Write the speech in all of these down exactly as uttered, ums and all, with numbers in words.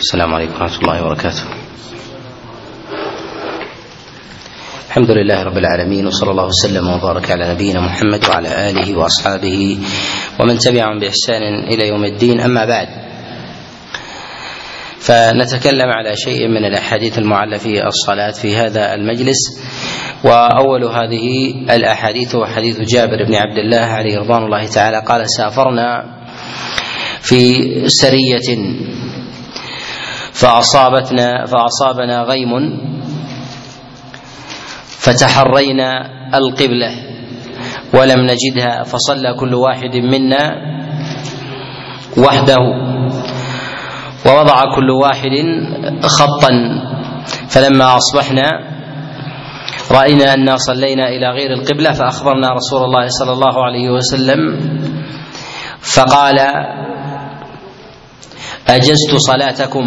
السلام عليكم ورحمة الله وبركاته. الحمد لله رب العالمين، وصلى الله وسلم وبارك على نبينا محمد وعلى آله وأصحابه ومن تبعهم بإحسان إلى يوم الدين. أما بعد، فنتكلم على شيء من الأحاديث المعلة في الصلاة في هذا المجلس. وأول هذه الأحاديث هو حديث جابر بن عبد الله عليه رضوان الله تعالى قال: سافرنا في سرية فأصابتنا فأصابنا غيم فتحرينا القبلة ولم نجدها، فصلى كل واحد منا وحده ووضع كل واحد خطا، فلما أصبحنا رأينا أننا صلينا إلى غير القبلة فأخبرنا رسول الله صلى الله عليه وسلم فقال: أجزت صلاتكم.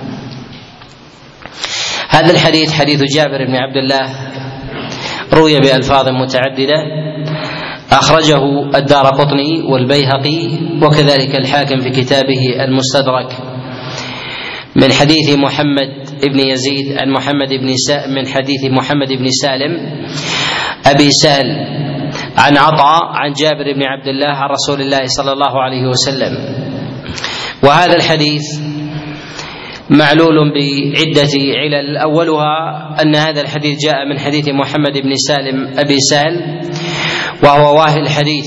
هذا الحديث حديث جابر بن عبد الله روي بألفاظ متعددة، أخرجه الدارقطني والبيهقي وكذلك الحاكم في كتابه المستدرك من حديث محمد بن يزيد عن محمد بن سا من حديث محمد بن سالم أبي سهل عن عطاء عن جابر بن عبد الله عن رسول الله صلى الله عليه وسلم. وهذا الحديث معلول بعدة علل، أولها أن هذا الحديث جاء من حديث محمد بن سالم أبي سهل وهو واهي الحديث،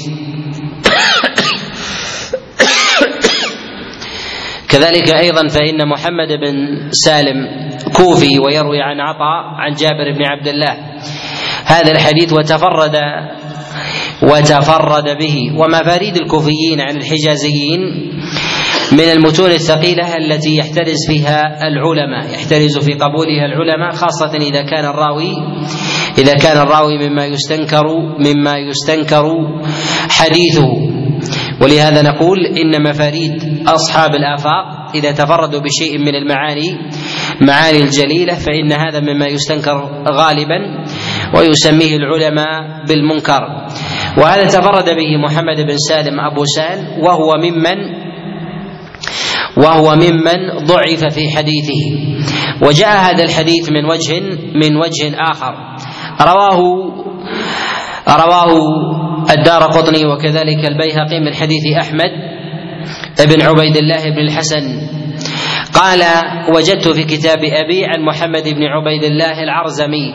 كذلك أيضا فإن محمد بن سالم كوفي ويروي عن عطاء عن جابر بن عبد الله هذا الحديث وتفرد وتفرد به. ومفاريد الكوفيين عن الحجازيين من المتون الثقيلة التي يحترز فيها العلماء يحترز في قبولها العلماء، خاصة إذا كان الراوي إذا كان الراوي مما يستنكر مما يستنكر حديثه. ولهذا نقول إن مفاريد أصحاب الآفاق إذا تفردوا بشيء من المعاني معاني الجليلة فإن هذا مما يستنكر غالبا ويسميه العلماء بالمنكر. وهذا تفرد به محمد بن سالم أبو سهل وهو ممن وهو ممن ضعف في حديثه. وجاء هذا الحديث من وجه من وجه آخر رواه رواه الدارقطني وكذلك البيهقي من حديث أحمد بن عبيد الله بن الحسن قال: وجدت في كتاب أبي عن محمد بن عبيد الله العرزمي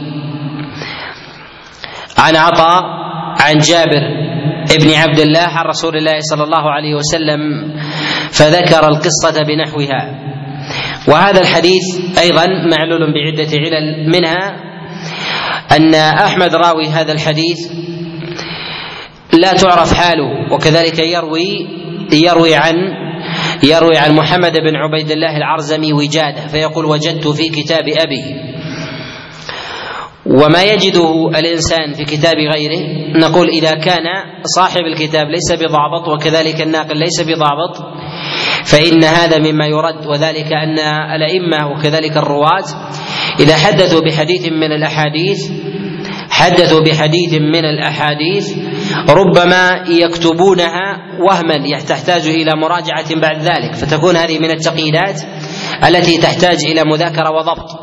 عن عطاء عن جابر ابن عبد الله عن رسول الله صلى الله عليه وسلم فذكر القصة بنحوها. وهذا الحديث أيضا معلول بعدة علل، منها أن أحمد راوي هذا الحديث لا تعرف حاله، وكذلك يروي يروي عن يروي عن محمد بن عبيد الله العرزمي وجادة، فيقول: وجدت في كتاب أبي. وما يجده الإنسان في كتاب غيره نقول إذا كان صاحب الكتاب ليس بضابط وكذلك الناقل ليس بضابط فإن هذا مما يرد، وذلك أن الأئمة وكذلك الرواة إذا حدثوا بحديث من الأحاديث حدثوا بحديث من الأحاديث ربما يكتبونها وهما تحتاج إلى مراجعة بعد ذلك، فتكون هذه من التقييدات التي تحتاج إلى مذاكرة وضبط.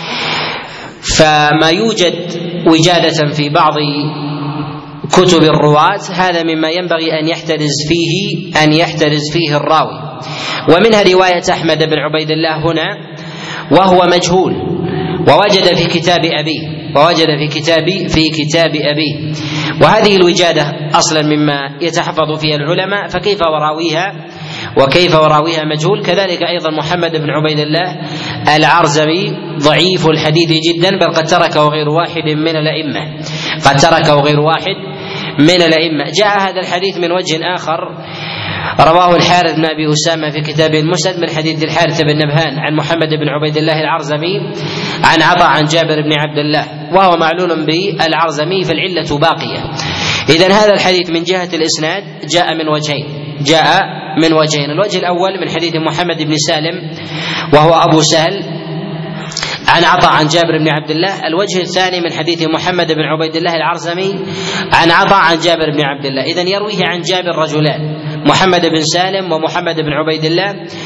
فما يوجد وجادة في بعض كتب الرواة هذا مما ينبغي أن يحترز فيه أن يحترز فيه الراوي. ومنها رواية أحمد بن عبيد الله هنا وهو مجهول، ووجد في كتاب أبيه ووجد في كتاب في كتاب أبيه وهذه الوجادة أصلا مما يتحفظ فيها العلماء، فكيف وراويها وكيف وراويها مجهول. كذلك أيضا محمد بن عبيد الله العرزمي ضعيف الحديث جدا، بل قد تركه غير واحد من الأئمة قد تركه غير واحد من الأئمة. جاء هذا الحديث من وجه آخر رواه الحارث بن أبي أسامة في كتابه المسند من حديث الحارث بن نبهان عن محمد بن عبيد الله العرزمي عن عطاء عن جابر بن عبد الله وهو معلول بالعرزمي، فالعلة باقية. إذن هذا الحديث من جهة الإسناد جاء من وجهين جاء من وجهين الوجه الأول من حديث محمد بن سالم وهو أبو سهل عن عطاء عن جابر بن عبد الله. الوجه الثاني من حديث محمد بن عبيد الله العرزمي عن عطاء عن جابر بن عبد الله. إذن يرويه عن جابر رجلان، محمد بن سالم ومحمد بن عبيد الله،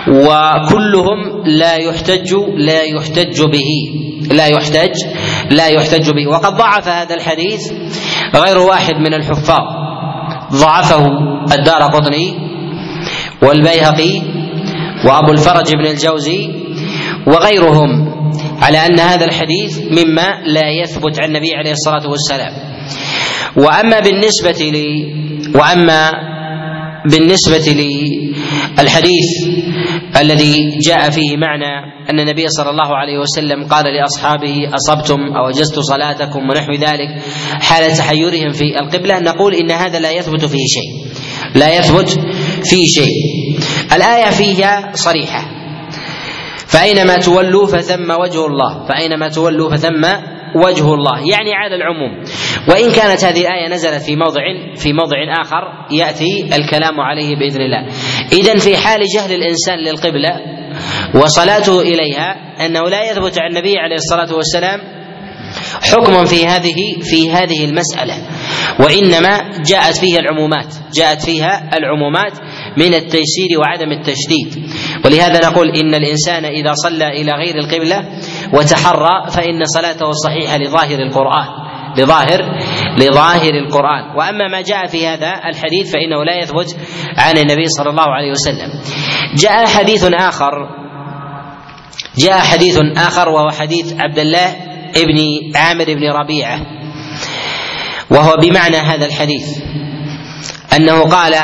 وكلهم لا يحتج لا يحتج به لا يحتج لا يحتج به وقد ضعف هذا الحديث غير واحد من الحفاظ، ضعفه الدارقطني والبيهقي وأبو الفرج بن الجوزي وغيرهم على أن هذا الحديث مما لا يثبت عن النبي عليه الصلاة والسلام. وأما بالنسبة لي وأما بالنسبة للحديث الذي جاء فيه معنى أن النبي صلى الله عليه وسلم قال لأصحابه أصبتم أو أجزت صلاتكم ونحو ذلك حال تحيرهم في القبلة، نقول إن هذا لا يثبت فيه شيء لا يثبت فيه شيء. الآية فيها صريحة: فأينما تولوا فثم وجه الله فأينما تولوا فثم وجه الله، يعني على العموم. وإن كانت هذه الآية نزلت في موضع في موضع آخر يأتي الكلام عليه بإذن الله. إذن في حال جهل الإنسان للقبلة وصلاته إليها أنه لا يثبت عن النبي عليه الصلاة والسلام حكم في هذه في هذه المسألة، وإنما جاءت فيها العمومات جاءت فيها العمومات من التيسير وعدم التشديد. ولهذا نقول إن الإنسان إذا صلى إلى غير القبلة وتحرى فإن صلاته صحيحة لظاهر القرآن لظاهر لظاهر القرآن. وأما ما جاء في هذا الحديث فإنه لا يثبت عن النبي صلى الله عليه وسلم. جاء حديث آخر جاء حديث آخر وهو حديث عبد الله ابن عامر بن ربيعة، وهو بمعنى هذا الحديث، أنه قال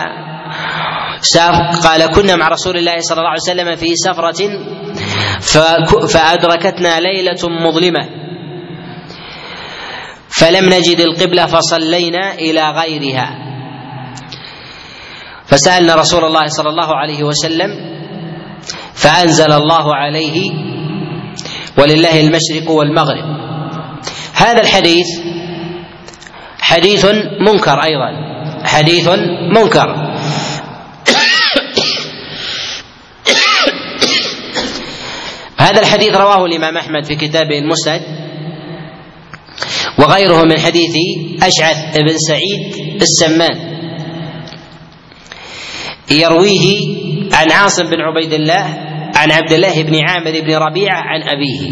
قال كنا مع رسول الله صلى الله عليه وسلم في سفرة فأدركتنا ليلة مظلمة فلم نجد القبلة فصلينا إلى غيرها، فسألنا رسول الله صلى الله عليه وسلم فأنزل الله عليه ولله المشرق والمغرب. هذا الحديث حديث منكر أيضا حديث منكر هذا الحديث رواه الإمام أحمد في كتابه المسند وغيره من حديث أشعث بن سعيد السمان، يرويه عن عاصم بن عبيد الله عن عبد الله بن عامر بن ربيعة عن أبيه.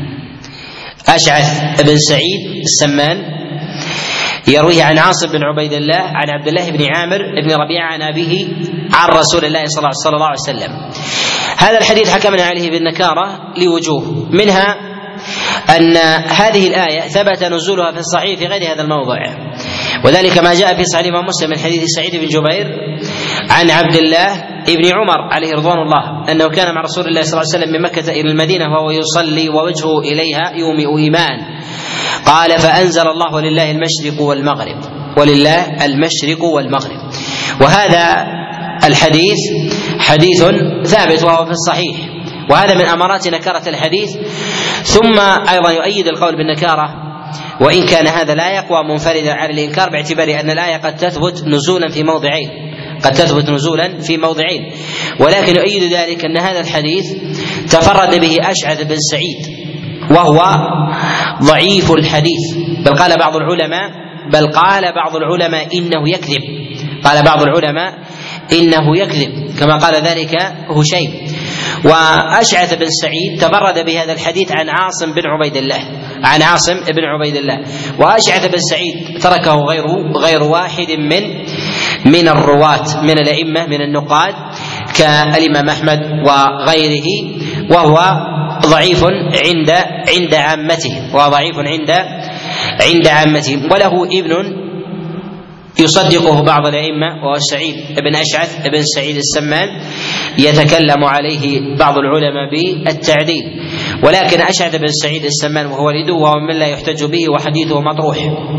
أشعث بن سعيد السمان يرويه عن عاصم بن عبيد الله عن عبد الله بن عامر بن ربيعة عن أبيه عن رسول الله صلى الله عليه وسلم. هذا الحديث حكمنا عليه بالنكارة لوجوه، منها أن هذه الآية ثبت نزولها في الصحيح في غير هذا الموضع، وذلك ما جاء في صحيح الإمام مسلم من حديث سعيد بن جبير عن عبد الله ابن عمر عليه رضوان الله أنه كان مع رسول الله صلى الله عليه وسلم من مكة إلى المدينة وهو يصلي ووجهه إليها يومئ إيمان، قال فأنزل الله ولله المشرق والمغرب ولله المشرق والمغرب. وهذا الحديث حديث ثابت وهو في الصحيح، وهذا من أمارات نكارة الحديث. ثم أيضا يؤيد القول بالنكارة، وإن كان هذا لا يقوى منفردا على الإنكار باعتبار أن الآية قد تثبت نزولا في موضعين قد تثبت نزولا في موضعين ولكن يؤيد ذلك أن هذا الحديث تفرد به أشعث بن سعيد وهو ضعيف الحديث، بل قال بعض العلماء بل قال بعض العلماء إنه يكذب قال بعض العلماء إنه يكذب كما قال ذلك هشيم. وأشعث بن سعيد تفرد بهذا الحديث عن عاصم بن عبيد الله عن عاصم بن عبيد الله وأشعث بن سعيد تركه غير غير واحد من من الرواة من الأئمة من النقاد كالإمام أحمد وغيره، وهو ضعيف عند عند عامته وضعيف عند عند عامته وله ابن يصدقه بعض الأئمة وهو سعيد بن أشعث بن سعيد السمان، يتكلم عليه بعض العلماء بالتعديل، ولكن أشعث بن سعيد السمان وهو ولده وهو من لا يحتج به وحديثه مطروح.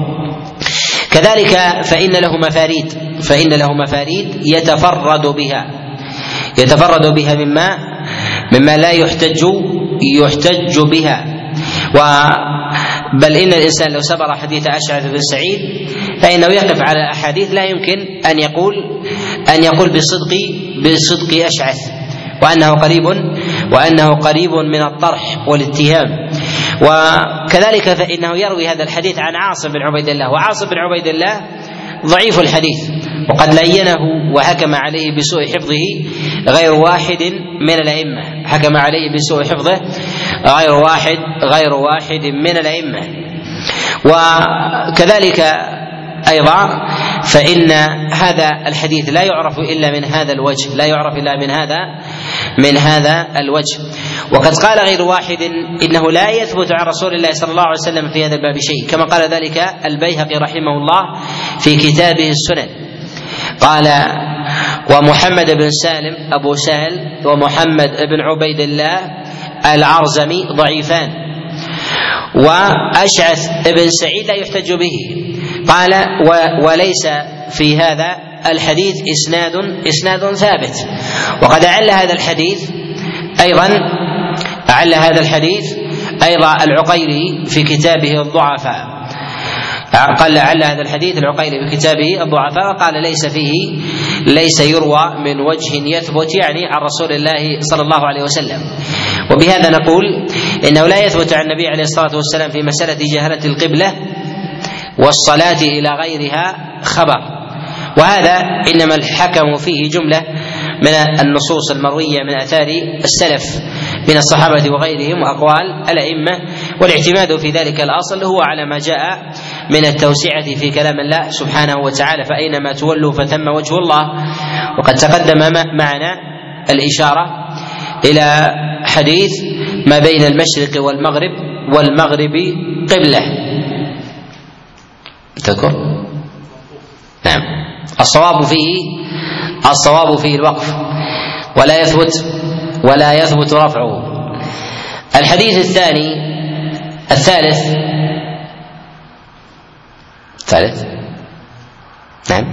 كذلك فإن له مفاريد فإن له مفاريد يتفرد بها يتفرد بها مما مما لا يحتج يحتج بها و بل إن الإنسان لو سبر حديث أشعث بن سعيد فإنه يقف على أحاديث لا يمكن أن يقول أن يقول بصدق بصدق أشعث وأنه قريب وأنه قريب من الطرح والاتهام. وكذلك فإنه يروي هذا الحديث عن عاصم بن عبيد الله، وعاصم بن عبيد الله ضعيف الحديث وقد لينه وحكم عليه بسوء حفظه غير واحد من الأئمة، حكم عليه بسوء حفظه غير واحد غير واحد من الأئمة. وكذلك أيضا فإن هذا الحديث لا يعرف إلا من هذا الوجه، لا يعرف إلا من هذا من هذا الوجه. وقد قال غير واحد إنه لا يثبت عن رسول الله صلى الله عليه وسلم في هذا الباب شيء، كما قال ذلك البيهقي رحمه الله في كتابه السنن، قال: ومحمد بن سالم أبو سهل ومحمد بن عبيد الله العرزمي ضعيفان، وأشعث بن سعيد لا يحتج به. قال: وليس في هذا الحديث إسناد إسناد ثابت. وقد أعل هذا الحديث أيضا أعل هذا الحديث أيضا العقيلي في كتابه الضعفاء، قال أعل هذا الحديث العقيلي في كتابه الضعفاء وقال: ليس فيه ليس يروى من وجه يثبت يعني عن رسول الله صلى الله عليه وسلم. وبهذا نقول إنه لا يثبت عن النبي عليه الصلاة والسلام في مسألة جهالة القبلة والصلاة إلى غيرها خبر، وهذا إنما الحكم فيه جملة من النصوص المروية من آثار السلف من الصحابة وغيرهم وأقوال الأئمة، والاعتماد في ذلك الأصل هو على ما جاء من التوسعة في كلام الله سبحانه وتعالى: فأينما تولوا فثم وجه الله. وقد تقدم معنا الإشارة إلى حديث ما بين المشرق والمغرب والمغرب قبلة، تذكر؟ نعم. الصواب فيه الصواب فيه الوقف، ولا يثبت ولا يثبت رفعه. الحديث الثاني الثالث الثالث نعم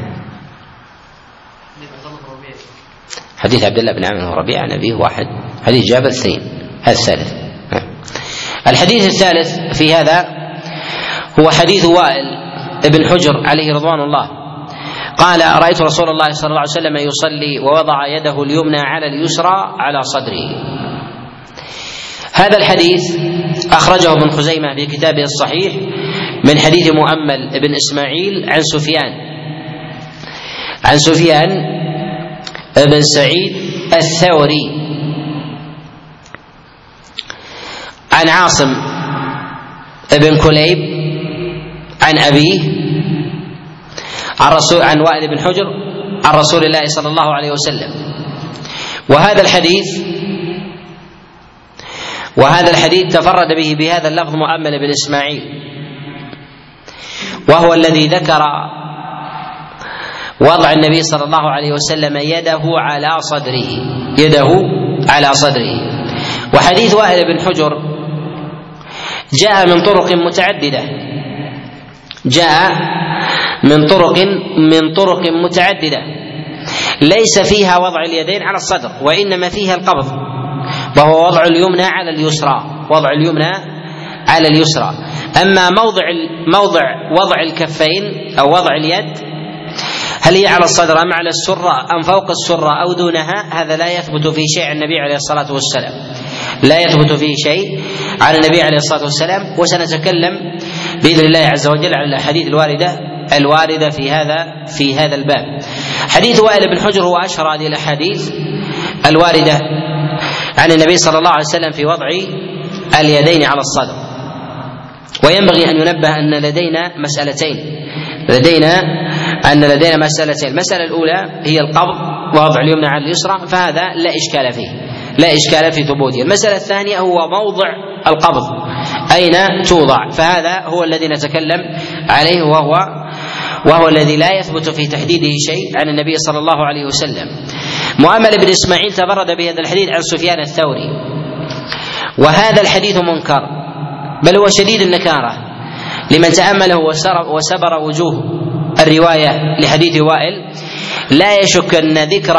حديث عبد الله بن عمرو وربيعة عن أبيه واحد، حديث جابر اثنين، هذا الثالث. الحديث الثالث في هذا هو حديث وائل ابن حجر عليه رضوان الله، قال: رأيت رسول الله صلى الله عليه وسلم يصلي ووضع يده اليمنى على اليسرى على صدره. هذا الحديث أخرجه ابن خزيمة في كتابه الصحيح من حديث مؤمل بن إسماعيل عن سفيان عن سفيان بن سعيد الثوري عن عاصم بن كليب عن أبيه عن رسول عن وائل بن حجر عن رسول الله صلى الله عليه وسلم. وهذا الحديث وهذا الحديث تفرد به بهذا اللفظ مؤمل بن إسماعيل، وهو الذي ذكر وضع النبي صلى الله عليه وسلم يده على صدره يده على صدره. وحديث وائل بن حجر جاء من طرق متعددة جاء من طرق من طرق متعددة ليس فيها وضع اليدين على الصدر، وإنما فيها القبض، وهو وضع اليمنى على اليسرى وضع اليمنى على اليسرى. أما موضع موضع وضع الكفين أو وضع اليد، هل هي على الصدر أم على السرة أم فوق السرة أو دونها، هذا لا يثبت في شيء عن النبي عليه الصلاة والسلام لا يثبت فيه شيء عن النبي عليه الصلاة والسلام. وسنتكلم بإذن الله عز وجل على الأحاديث الواردة الواردة في هذا في هذا الباب. حديث وائل بن حجر هو أشهر هذه الأحاديث الواردة عن النبي صلى الله عليه وسلم في وضع اليدين على الصدر. وينبغي أن ينبه أن لدينا مسألتين لدينا أن لدينا مسألتين المسألة الأولى هي القبض ووضع اليمنى على اليسرى، فهذا لا إشكال فيه لا إشكال في ثبوته. المسألة الثانية هو موضع القبض أين توضع، فهذا هو الذي نتكلم عليه، وهو وهو الذي لا يثبت في تحديده شيء عن النبي صلى الله عليه وسلم. مؤمل بن إسماعيل تفرد بهذا الحديث عن سفيان الثوري، وهذا الحديث منكر بل هو شديد النكارة لمن تأمله وسبر وجوه الرواية لحديث وائل. لا يشك أن ذكر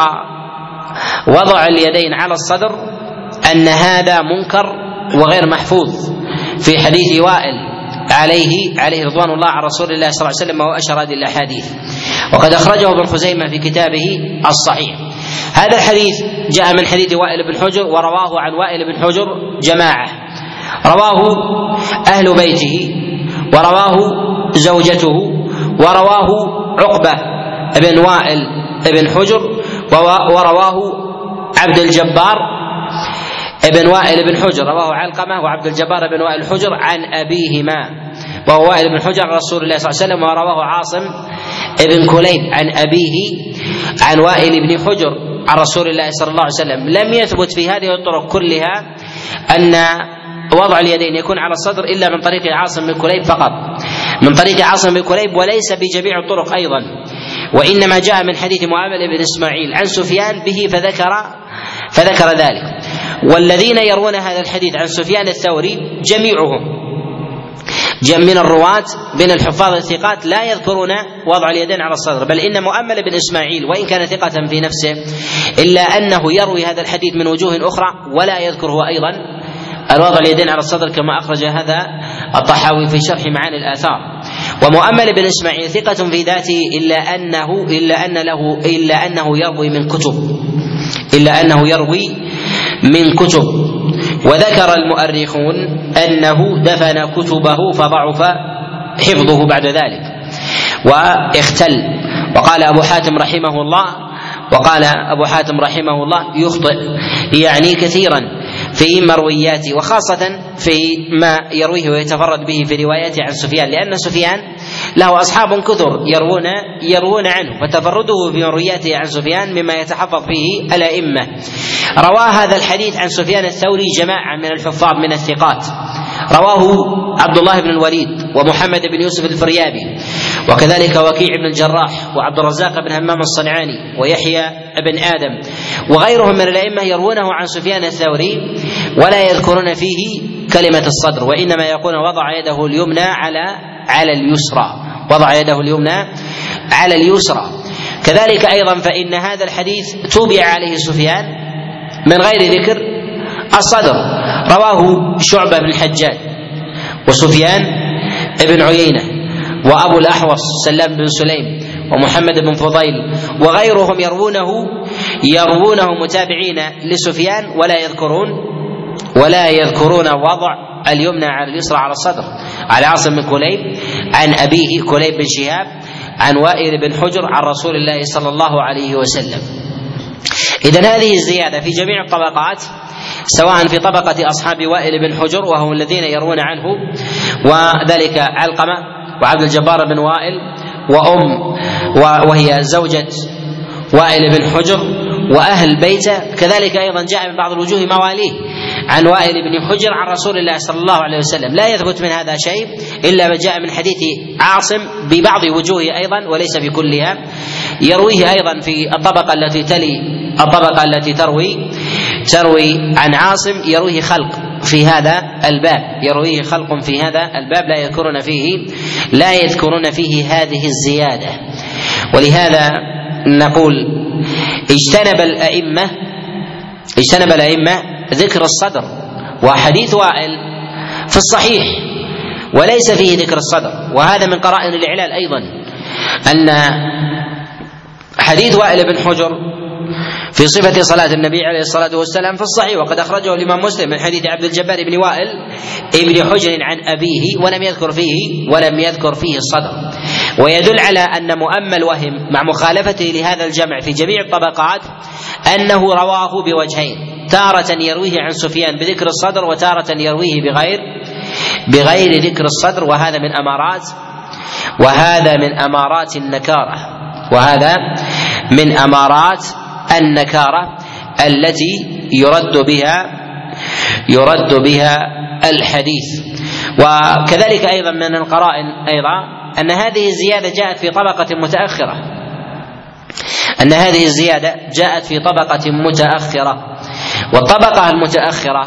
وضع اليدين على الصدر أن هذا منكر وغير محفوظ في حديث وائل عليه عليه رضوان الله عن رسول الله صلى الله عليه وسلم، وهو أشهر هذه الأحاديث، وقد أخرجه ابن خزيمة في كتابه الصحيح. هذا الحديث جاء من حديث وائل بن حجر، ورواه عن وائل بن حجر جماعة، رواه أهل بيته، ورواه زوجته، ورواه عقبة بن وائل بن حجر ورواه عبد الجبار ابن وائل بن حجر، رواه علقمة وعبد الجبار بن وائل حجر عن أبيهما وهو وائل بن حجر عن رسول الله صلى الله عليه وسلم، ورواه عاصم ابن كليب عن أبيه عن وائل بن حجر عن رسول الله صلى الله عليه وسلم. لم يثبت في هذه الطرق كلها أن وضع اليدين يكون على الصدر إلا من طريق عاصم بن كليب فقط، من طريق عاصم بن كليب، وليس بجميع الطرق أيضا، وإنما جاء من حديث معامل بن إسماعيل عن سفيان به فذكر فذكر ذلك. والذين يروون هذا الحديث عن سفيان الثوري جميعهم من الرواة من الحفاظ الثقات لا يذكرون وضع اليدين على الصدر، بل إن مؤمل بن إسماعيل وإن كان ثقة في نفسه إلا أنه يروي هذا الحديث من وجوه أخرى ولا يذكره أيضا الوضع اليدين على الصدر كما أخرج هذا الطحاوي في شرح معاني الآثار. ومؤمل بن إسماعيل ثقة في ذاته إلا أنه إلا أن له إلا أنه يروي من كتب إلا أنه يروي من كتب وذكر المؤرخون أنه دفن كتبه فضعف حفظه بعد ذلك واختل. وقال أبو حاتم رحمه الله وقال أبو حاتم رحمه الله يخطئ يعني كثيرا في مروياته، وخاصة في ما يرويه ويتفرد به في رواياته عن سفيان، لأن سفيان له أصحاب كثر يروون يروون عنه، فتفرده في مروياته عن سفيان مما يتحفظ فيه الأئمة. رواه هذا الحديث عن سفيان الثوري جماعة من الحفاظ من الثقات، رواه عبد الله بن الوليد ومحمد بن يوسف الفريابي وكذلك وكيع بن الجراح وعبد الرزاق بن همام الصنعاني ويحيى بن آدم وغيرهم من الأئمة يروونه عن سفيان الثوري ولا يذكرون فيه كلمة الصدر، وإنما يقول وضع يده اليمنى على على اليسرى وضع يده اليمنى على اليسرى. كذلك أيضا فإن هذا الحديث توبع عليه سفيان من غير ذكر الصدر، رواه شعبة بن الحجاج وسفيان بن عيينة وأبو الأحوص سلام بن سليم ومحمد بن فضيل وغيرهم يروونه يروونه متابعين لسفيان ولا يذكرون ولا يذكرون وضع اليمنى على اليسرى على الصدر، على عاصم بن كليب عن أبيه كليب بن شهاب عن وائل بن حجر عن رسول الله صلى الله عليه وسلم. إذن هذه الزيادة في جميع الطبقات، سواء في طبقة أصحاب وائل بن حجر وهم الذين يروون عنه وذلك علقمة وعبد الجبار بن وائل وأم وهي زوجة وائل بن حجر وأهل بيته، كذلك أيضا جاء من بعض الوجوه مواليه عن وائل بن حجر عن رسول الله صلى الله عليه وسلم. لا يثبت من هذا شيء إلا ما جاء من حديث عاصم ببعض وجوهه أيضا وليس بكلها، يرويه أيضا في الطبقة التي تلي الطبقة التي تروي تروي عن عاصم يرويه خلق في هذا الباب يرويه خلق في هذا الباب لا يذكرون فيه لا يذكرون فيه هذه الزيادة. ولهذا نقول اجتنب الأئمة اجتنب الأئمة ذكر الصدر، وحديث وائل في الصحيح وليس فيه ذكر الصدر، وهذا من قرائن الإعلال أيضا أن حديث وائل بن حجر في صفة صلاة النبي عليه الصلاة والسلام في الصحيح، وقد أخرجه الإمام مسلم من حديث عبد الجبار بن وائل ابن حجر عن أبيه ولم يذكر فيه ولم يذكر فيه الصدر، ويدل على أن مؤمل وهم مع مخالفته لهذا الجمع في جميع الطبقات أنه رواه بوجهين، تارة يرويه عن سفيان بذكر الصدر وتارة يرويه بغير بغير ذكر الصدر، وهذا من أمارات وهذا من أمارات النكارة وهذا من أمارات النكارة التي يرد بها يرد بها الحديث. وكذلك أيضا من القرائن أيضا أن هذه الزيادة جاءت في طبقة متأخرة أن هذه الزيادة جاءت في طبقة متأخرة والطبقة المتأخرة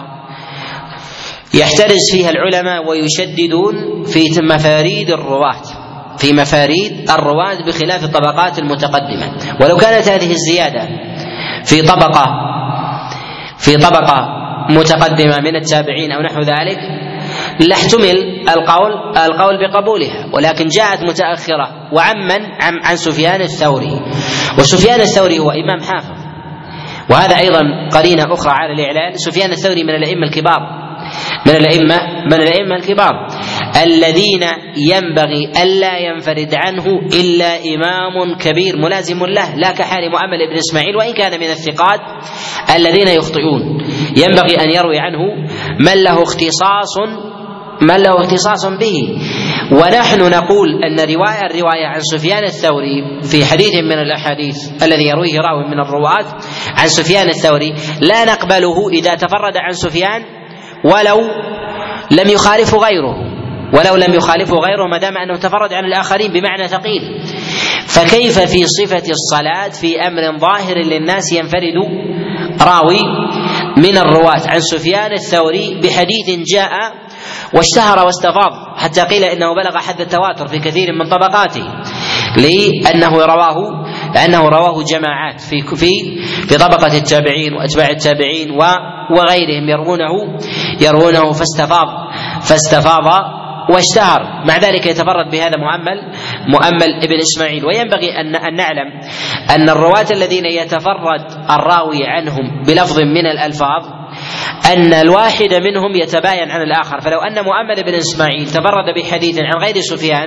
يحترز فيها العلماء ويشددون في مفاريد الرواة في مفاريد الرواة بخلاف الطبقات المتقدمة. ولو كانت هذه الزيادة في طبقة في طبقة متقدمة من التابعين أو نحو ذلك لاحتمل القول القول بقبولها، ولكن جاءت متأخرة وعمن عن, عن سفيان الثوري، وسفيان الثوري هو إمام حافظ، وهذا أيضا قرينة أخرى على الإعلان. سفيان الثوري من الأئمة الكبار من الأئمة من الأئمة الكبار الذين ينبغي ألا ينفرد عنه إلا إمام كبير ملازم له، لا كحال مؤمل بن إسماعيل وإن كان من الثقات الذين يخطئون، ينبغي أن يروي عنه من له اختصاص من له اختصاص به. ونحن نقول أن رواية الرواية عن سفيان الثوري في حديث من الأحاديث الذي يرويه راوي من الرواة عن سفيان الثوري لا نقبله إذا تفرد عن سفيان ولو لم يخالف غيره ولو لم يخالفه غيره ما دام أنه تفرد عن الآخرين بمعنى ثقيل. فكيف في صفة الصلاة في أمر ظاهر للناس ينفرد راوي من الرواة عن سفيان الثوري بحديث جاء واشتهر واستفاض حتى قيل إنه بلغ حد التواتر في كثير من طبقاته، لأنه رواه لأنه رواه جماعات في في في طبقة التابعين وأتباع التابعين وغيرهم يروونه يروونه فاستفاض فاستفاض واشتهر، مع ذلك يتفرد بهذا مؤمل مؤمل ابن إسماعيل. وينبغي أن أن نعلم أن الرواة الذين يتفرد الراوي عنهم بلفظ من الألفاظ أن الواحد منهم يتباين عن الآخر، فلو أن مؤمل بن إسماعيل تفرد بحديث عن غير سفيان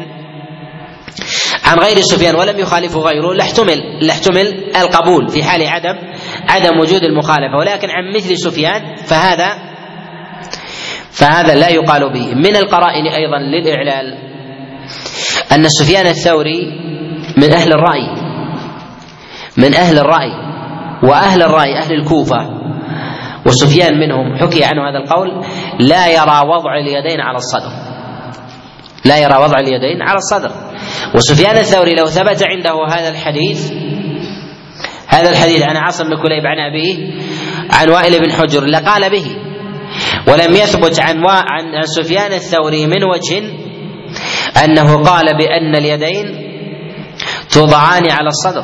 عن غير سفيان ولم يخالفه غيره لاحتمل لاحتمل القبول في حال عدم عدم وجود المخالفة، ولكن عن مثل سفيان فهذا فهذا لا يقال به. من القرائن أيضا للإعلال أن سفيان الثوري من أهل الرأي من أهل الرأي وأهل الرأي أهل الكوفة، وسفيان منهم حكي عنه هذا القول لا يرى وضع اليدين على الصدر لا يرى وضع اليدين على الصدر. وسفيان الثوري لو ثبت عنده هذا الحديث هذا الحديث عن عاصم بن كليب عن أبيه عن وائل بن حجر لقال به، ولم يثبت عن عن سفيان الثوري من وجه أنه قال بأن اليدين توضعان على الصدر،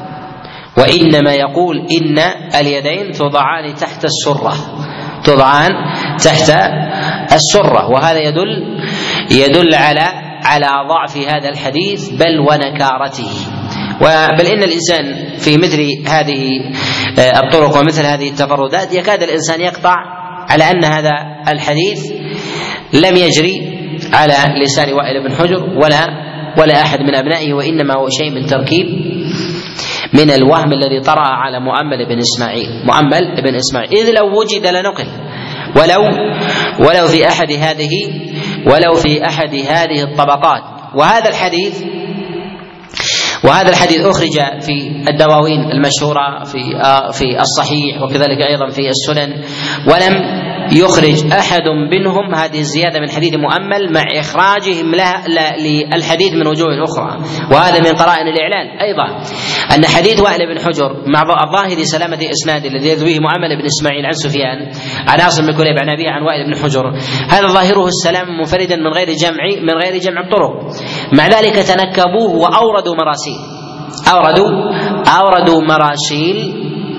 وإنما يقول إن اليدين توضعان تحت السرة توضعان تحت السرة، وهذا يدل يدل على على ضعف هذا الحديث بل ونكارته. بل إن الإنسان في مثل هذه الطرق ومثل هذه التفردات يكاد الإنسان يقطع على أن هذا الحديث لم يجري على لسان وائل بن حجر ولا ولا أحد من أبنائه، وإنما هو شيء من تركيب من الوهم الذي طرأ على مؤمل بن إسماعيل مؤمل بن إسماعيل إذ لو وجد لنقل ولو ولو في أحد هذه ولو في أحد هذه الطبقات. وهذا الحديث وهذا الحديث أخرج في الدواوين المشهورة في في الصحيح وكذلك أيضا في السنن، ولم يخرج أحد منهم هذه الزيادة من حديث مؤمل مع إخراجهم لها للحديث من وجوه أخرى. وهذا من قرائن الإعلان أيضا أن حديث وائل بن حجر مع ظاهر سلامة إسناد الذي يرويه مؤمل بن إسماعيل عن سفيان عن عاصم بن كليب عن أبيه عن وائل بن حجر، هذا ظاهره السلام منفردا من غير جمع من غير جمع الطرق، مع ذلك تنكبوه وأوردوا مراسيل أوردوا أوردوا مراسيل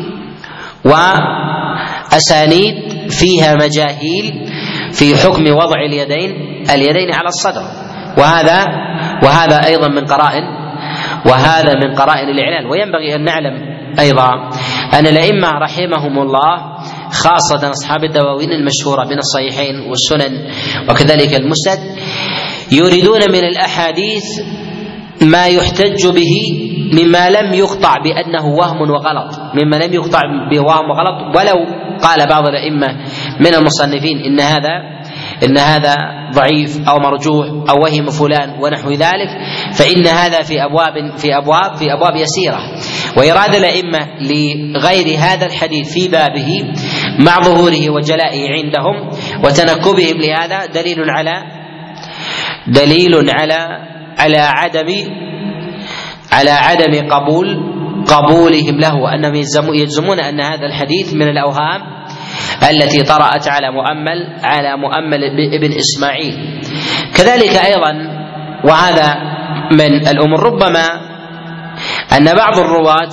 وأسانيد فيها مجاهيل في حكم وضع اليدين اليدين على الصدر، وهذا وهذا أيضا من قرائن وهذا من قرائن الإعلان. وينبغي أن نعلم أيضا أن الأئمة رحمهم الله خاصة أصحاب الدواوين المشهورة من الصحيحين والسنن وكذلك المسند يريدون من الأحاديث ما يحتج به مما لم يقطع بأنه وهم وغلط مما لم يقطع بوهم وغلط، ولو قال بعض الأئمة من المصنفين إن هذا إن هذا ضعيف أو مرجوح أو وهم فلان ونحو ذلك، فإن هذا في أبواب في أبواب في أبواب يسيرة. وإرادة الأئمة لغير هذا الحديث في بابه مع ظهوره وجلائه عندهم وتنكبهم لهذا دليل على دليل على على عدم على عدم قبول قبولهم له، وأنهم يجزمون أن هذا الحديث من الأوهام التي طرأت على مؤمل على مؤمل ابن إسماعيل. كذلك أيضا وهذا من الأمور ربما أن بعض الرواة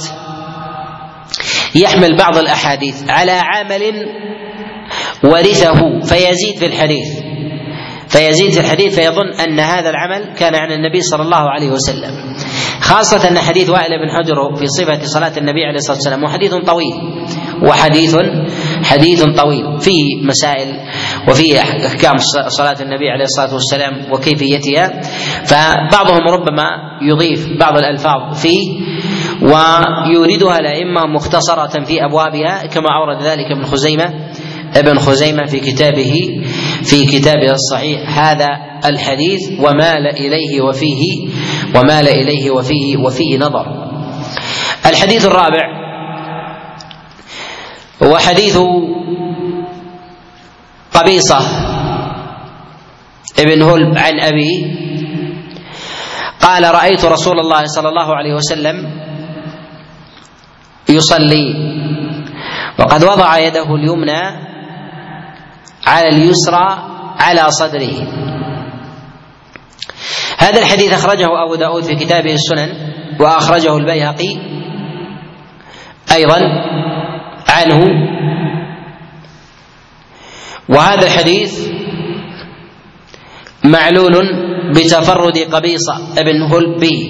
يحمل بعض الأحاديث على عمل ورثه فيزيد في الحديث فيزيد في الحديث فيظن أن هذا العمل كان عن النبي صلى الله عليه وسلم، خاصة أن حديث وائل بن حجر في صفة صلاة النبي عليه الصلاة والسلام وحديث طويل وحديث حديث طويل فيه مسائل وفيه أحكام صلاة النبي عليه الصلاة والسلام وكيفيتها، فبعضهم ربما يضيف بعض الألفاظ فيه ويوردها الأئمة مختصرة في أبوابها، كما أورد ذلك ابن خزيمة ابن خزيمة في كتابه في كتابه الصحيح هذا الحديث ومال إليه وفيه ومال إليه وفيه وفيه نظر. الحديث الرابع هو حديث قبيصة ابن هلب عن أبيه قال: رأيت رسول الله صلى الله عليه وسلم يصلي وقد وضع يده اليمنى على اليسرى على صدره. هذا الحديث أخرجه أبو داود في كتابه السنن، وأخرجه البيهقي أيضا عنه. وهذا الحديث معلول بتفرد قبيصة ابن هلب به،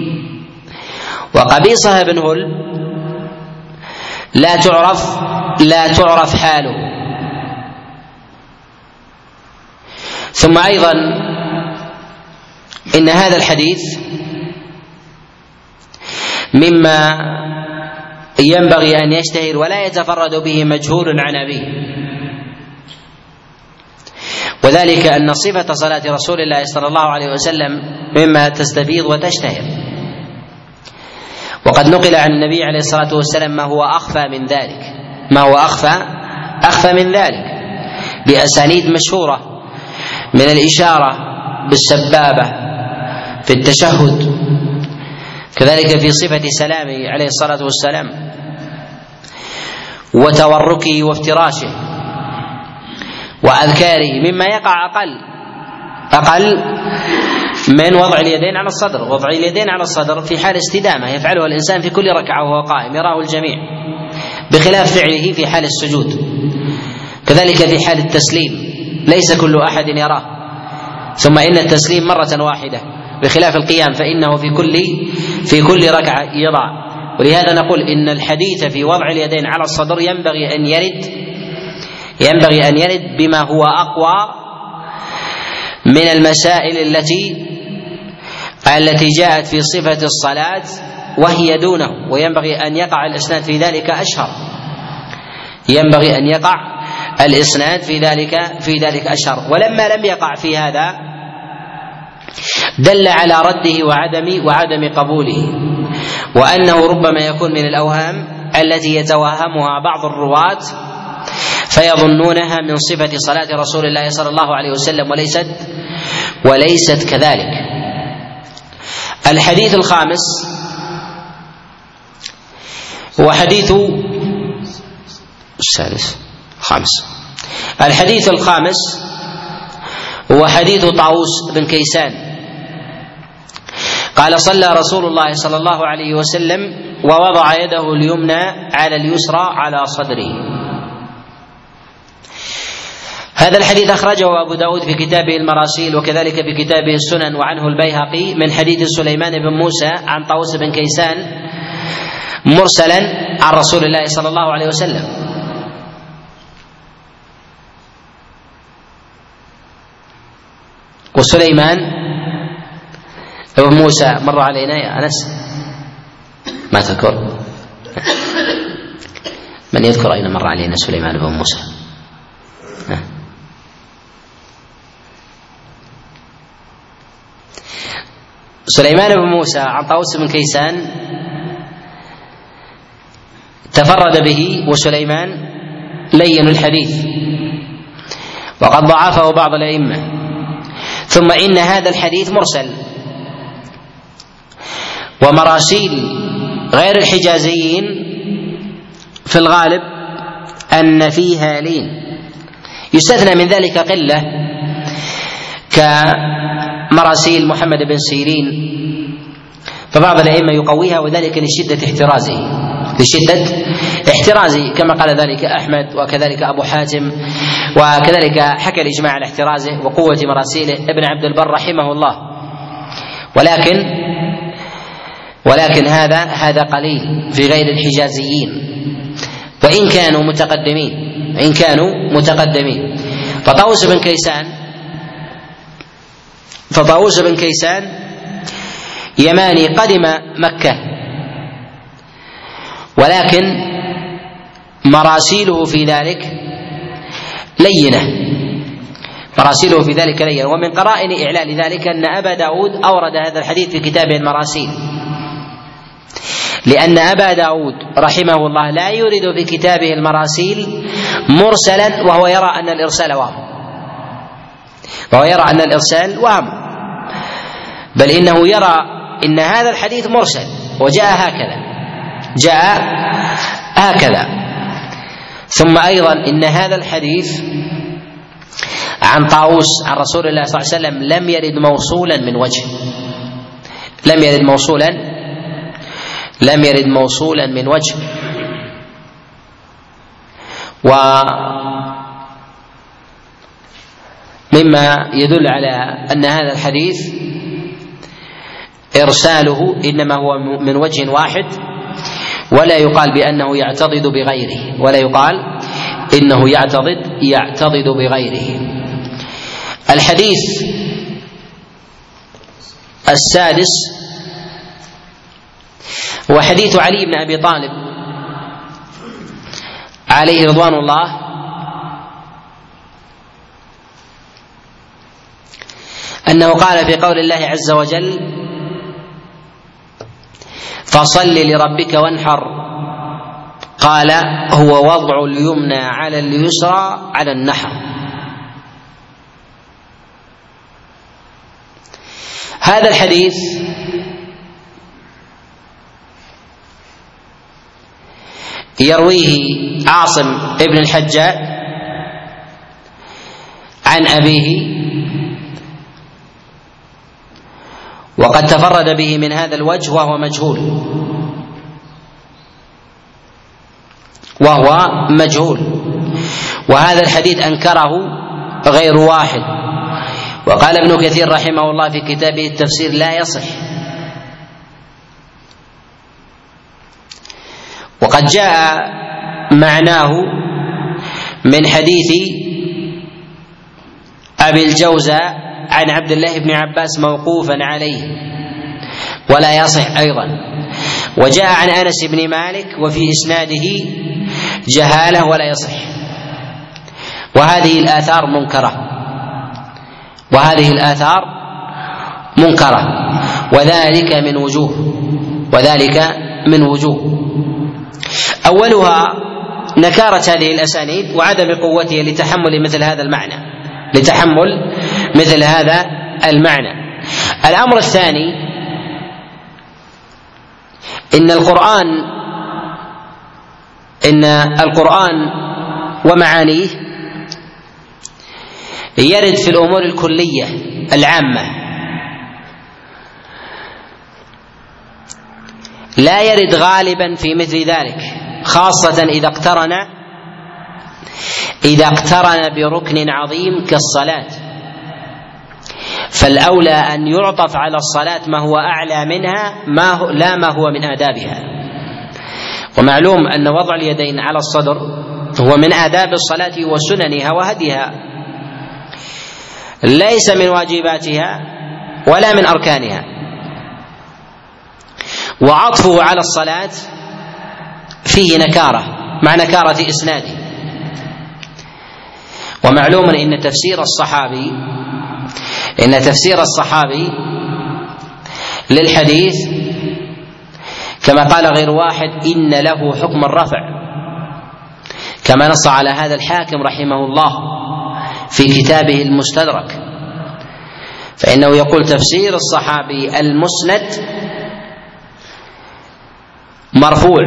وقبيصة ابن هلب لا تعرف لا تعرف حاله. ثم أيضا إن هذا الحديث مما ينبغي أن يشتهر ولا يتفرد به مجهول عن أبيه، وذلك أن صفة صلاة رسول الله صلى الله عليه وسلم مما تستفيض وتشتهر، وقد نقل عن النبي عليه الصلاة والسلام ما هو أخفى من ذلك ما هو أخفى أخفى من ذلك بأسانيد مشهورة، من الإشارة بالسبابة في التشهد، كذلك في صفة سلامه عليه الصلاة والسلام وتوركه وافتراشه وأذكاره، مما يقع أقل أقل من وضع اليدين على الصدر. وضع اليدين على الصدر في حال استدامة يفعله الإنسان في كل ركعة وهو قائم يراه الجميع، بخلاف فعله في حال السجود، كذلك في حال التسليم ليس كل أحد يراه، ثم إن التسليم مرة واحدة، بخلاف القيام فإنه في كل في كل ركعة يضع. ولهذا نقول إن الحديث في وضع اليدين على الصدر ينبغي أن يرد ينبغي أن يرد بما هو أقوى من المسائل التي التي جاءت في صفة الصلاة وهي دونه، وينبغي أن يقع الإسناد في ذلك أشهر ينبغي أن يقع الإسناد في ذلك في ذلك أشهر. ولما لم يقع في هذا دل على رده وعدم وعدم قبوله، وأنه ربما يكون من الأوهام التي يتوهمها بعض الرواة فيظنونها من صفة صلاة رسول الله صلى الله عليه وسلم وليست وليست كذلك. الحديث الخامس هو حديث السادس خامس الحديث الخامس هو حديث طاووس بن كيسان قال: صلى رسول الله صلى الله عليه وسلم ووضع يده اليمنى على اليسرى على صدره. هذا الحديث أخرجه أبو داود في كتابه المراسيل، وكذلك في كتابه السنن، وعنه البيهقي من حديث سليمان بن موسى عن طاووس بن كيسان مرسلا عن رسول الله صلى الله عليه وسلم. وسليمان بن موسى مر علينا يا أنس؟ ما تذكر؟ من يذكر أين مر علينا سليمان بن موسى؟ سليمان بن موسى عن طاووس بن كيسان تفرد به، وسليمان لين الحديث وقد ضعفه بعض الأئمة. ثم إن هذا الحديث مرسل، ومراسيل غير الحجازيين في الغالب أن فيها لين، يستثنى من ذلك قلة كمراسيل محمد بن سيرين، فبعض الأئمة يقويها، وذلك لشدة احترازه لشدة احترازه كما قال ذلك أحمد وكذلك أبو حاتم، وكذلك حكى الإجماع على احترازه وقوة مراسيله ابن عبد البر رحمه الله. ولكن ولكن هذا هذا قليل في غير الحجازيين، وإن كانوا متقدمين إن كانوا متقدمين. فطاووس بن كيسان فطاووس بن كيسان يماني قدم مكة، ولكن مراسيله في ذلك لينة مراسيله في ذلك لينة ومن قرائن إعلان ذلك أن أبا داود أورد هذا الحديث في كتابه المراسيل، لأن أبا داود رحمه الله لا يورد في كتابه المراسيل مرسلا، وهو يرى أن الإرسال وهم وهو يرى أن الإرسال وهم بل إنه يرى إن هذا الحديث مرسل وجاء هكذا جاء هكذا ثم أيضا إن هذا الحديث عن طاووس عن رسول الله صلى الله عليه وسلم لم يرد موصولا من وجه لم يرد موصولا لم يرد موصولا من وجه ومما يدل على أن هذا الحديث إرساله إنما هو من وجه واحد، ولا يقال بأنه يعتضد بغيره ولا يقال إنه يعتضد يعتضد بغيره. الحديث السادس هو حديث علي بن أبي طالب عليه رضوان الله أنه قال في قول الله عز وجل: فصل لربك وانحر، قال: هو وضع اليمنى على اليسرى على النحر. هذا الحديث يرويه عاصم ابن الحجاج عن أبيه، وقد تفرد به من هذا الوجه وهو مجهول وهو مجهول وهذا الحديث أنكره غير واحد. وقال ابن كثير رحمه الله في كتابه التفسير: لا يصح. وقد جاء معناه من حديث أبي الجوزاء عن عبد الله بن عباس موقوفا عليه ولا يصح أيضا، وجاء عن أنس بن مالك وفي إسناده جهالة ولا يصح. وهذه الآثار منكرة وهذه الآثار منكرة وذلك من وجوه وذلك من وجوه أولها نكارة هذه الأسانيد وعدم قوتها لتحمل مثل هذا المعنى لتحمل مثل هذا المعنى. الأمر الثاني: إن القرآن إن القرآن ومعانيه يرد في الأمور الكلية العامة، لا يرد غالبا في مثل ذلك، خاصة إذا اقترن إذا اقترن بركن عظيم كالصلاة، فالأولى أن يعطف على الصلاة ما هو أعلى منها ما هو لا ما هو من آدابها. ومعلوم أن وضع اليدين على الصدر هو من آداب الصلاة وسننها وهديها، ليس من واجباتها ولا من أركانها، وعطفه على الصلاة فيه نكارة مع نكارة إسناده. ومعلوم إن تفسير الصحابي إن تفسير الصحابي للحديث كما قال غير واحد إن له حكم الرفع، كما نص على هذا الحاكم رحمه الله في كتابه المستدرك، فإنه يقول تفسير الصحابي المسند مرفوع،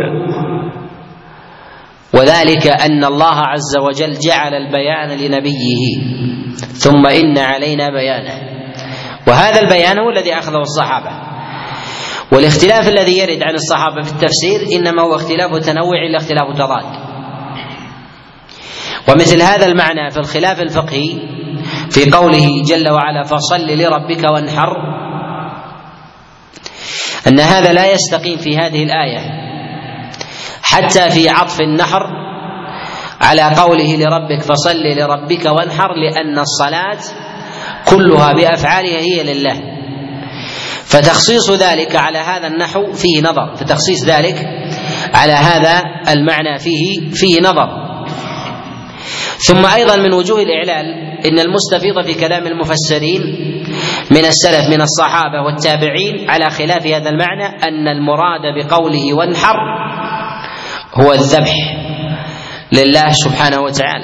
وذلك أن الله عز وجل جعل البيان لنبيه ثم إن علينا بيانه، وهذا البيان هو الذي أخذه الصحابة. والاختلاف الذي يرد عن الصحابة في التفسير إنما هو اختلاف تنوع لا اختلاف تضاد. ومثل هذا المعنى في الخلاف الفقهي في قوله جل وعلا: فصل لربك وانحر، أن هذا لا يستقيم في هذه الآية، حتى في عطف النحر على قوله لربك فصل لربك وانحر، لأن الصلاة كلها بأفعالها هي لله، فتخصيص ذلك على هذا النحو فيه نظر، فتخصيص ذلك على هذا المعنى فيه فيه نظر. ثم أيضا من وجوه الإعلال إن المستفيض في كلام المفسرين من السلف من الصحابة والتابعين على خلاف هذا المعنى أن المراد بقوله وانحر هو الذبح لله سبحانه وتعالى،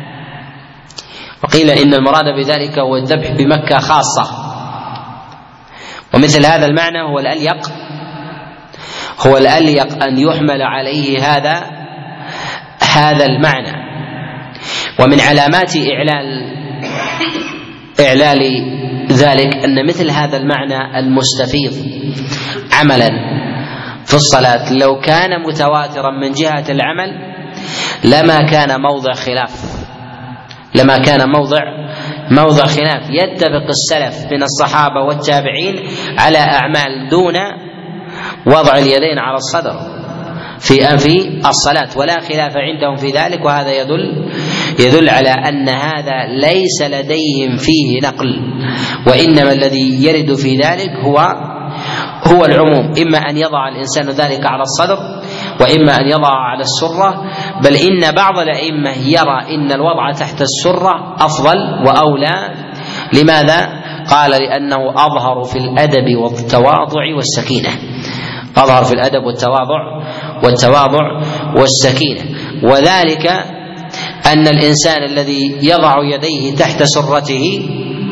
وقيل إن المراد بذلك هو الذبح بمكة خاصة. ومثل هذا المعنى هو الأليق هو الأليق أن يحمل عليه هذا هذا المعنى. ومن علامات إعلال إعلال ذلك أن مثل هذا المعنى المستفيض عملا في الصلاة لو كان متواترا من جهة العمل لما كان موضع خلاف لما كان موضع موضع خلاف. يتفق السلف من الصحابة والتابعين على أعمال دون وضع اليدين على الصدر في في الصلاة، ولا خلاف عندهم في ذلك، وهذا يدل يدل على أن هذا ليس لديهم فيه نقل، وإنما الذي يرد في ذلك هو هو العموم، إما أن يضع الإنسان ذلك على الصدر وإما أن يضع على السرة، بل إن بعض الأئمة يرى إن الوضع تحت السرة أفضل وأولى. لماذا؟ قال لأنه أظهر في الأدب والتواضع والسكينة أظهر في الأدب والتواضع والتواضع والسكينة وذلك أن الإنسان الذي يضع يديه تحت سرته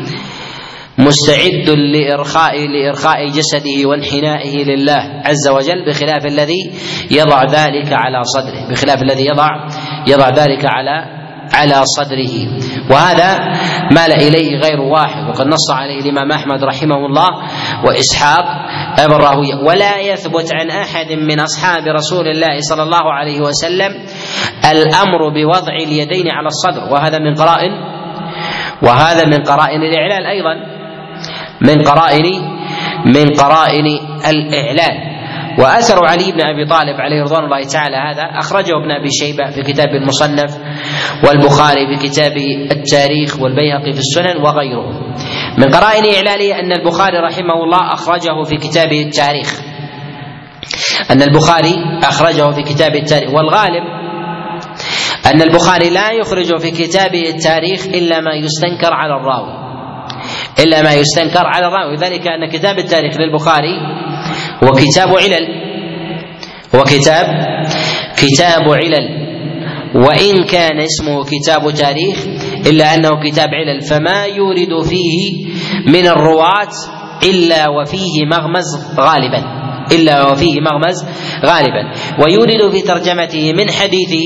مستعد لإرخاء لإرخاء جسده وانحنائه لله عز وجل، بخلاف الذي يضع ذلك على صدره بخلاف الذي يضع يضع ذلك على على صدره. وهذا مال إليه غير واحد، وقد نص عليه الإمام أحمد رحمه الله وإسحاق ابن راهويه. ولا يثبت عن أحد من أصحاب رسول الله صلى الله عليه وسلم الأمر بوضع اليدين على الصدر، وهذا من قرائن وهذا من قرائن الإعلال أيضا من قرائن من قرائن الإعلال. وأثر علي بن أبي طالب عليه رضوان الله تعالى هذا أخرجه ابن أبي شيبة في كتاب المصنف، والبخاري في كتاب التاريخ، والبيهقي في السنن وغيره. من قرائن إعلاله أن البخاري رحمه الله أخرجه في كتاب التاريخ أن البخاري أخرجه في كتاب التاريخ والغالب أن البخاري لا يخرج في كتابه التاريخ إلا ما يستنكر على الراوي إلا ما يستنكر على الراوي ذلك أن كتاب التاريخ للبخاري هو كتاب علل هو كتاب كتاب علل وإن كان اسمه كتاب تاريخ إلا أنه كتاب علل، فما يورد فيه من الرواة إلا وفيه مغمز غالبا إلا وفيه مغمز غالبا ويورد في ترجمته من حديثه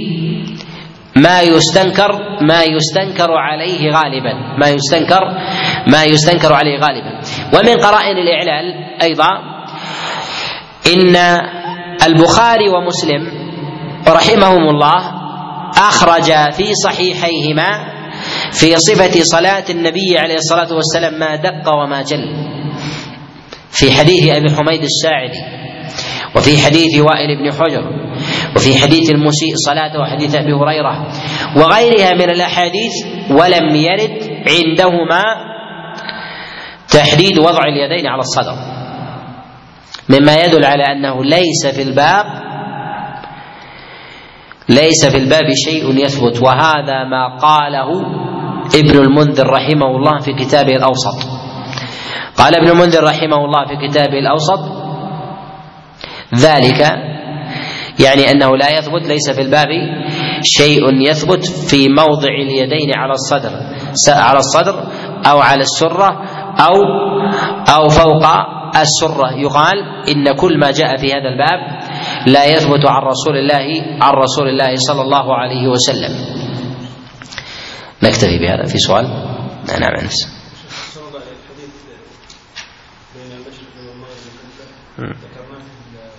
ما يستنكر ما يستنكر عليه غالبا ما يستنكر ما يستنكر عليه غالبا. ومن قرائن الإعلال أيضا إن البخاري ومسلم رحمهم الله أخرج في صحيحيهما في صفة صلاة النبي عليه الصلاة والسلام ما دق وما جل، في حديث أبي حميد الساعدي، وفي حديث وائل بن حجر، وفي حديث المسيء صلاته، وحديث أبي هريرة وغيرها من الأحاديث، ولم يرد عندهما تحديد وضع اليدين على الصدر، مما يدل على أنه ليس في الباب ليس في الباب شيء يثبت. وهذا ما قاله ابن المنذر رحمه الله في كتابه الأوسط. قال ابن المنذر رحمه الله في كتابه الأوسط ذلك يعني أنه لا يثبت ليس في الباب شيء يثبت في موضع اليدين على الصدر على الصدر أو على السرة أو أو فوق السرة. يقال إن كل ما جاء في هذا الباب لا يثبت عن رسول الله عن رسول الله صلى الله عليه وسلم. نكتفي بهذا. في سؤال؟ نعم نفسه.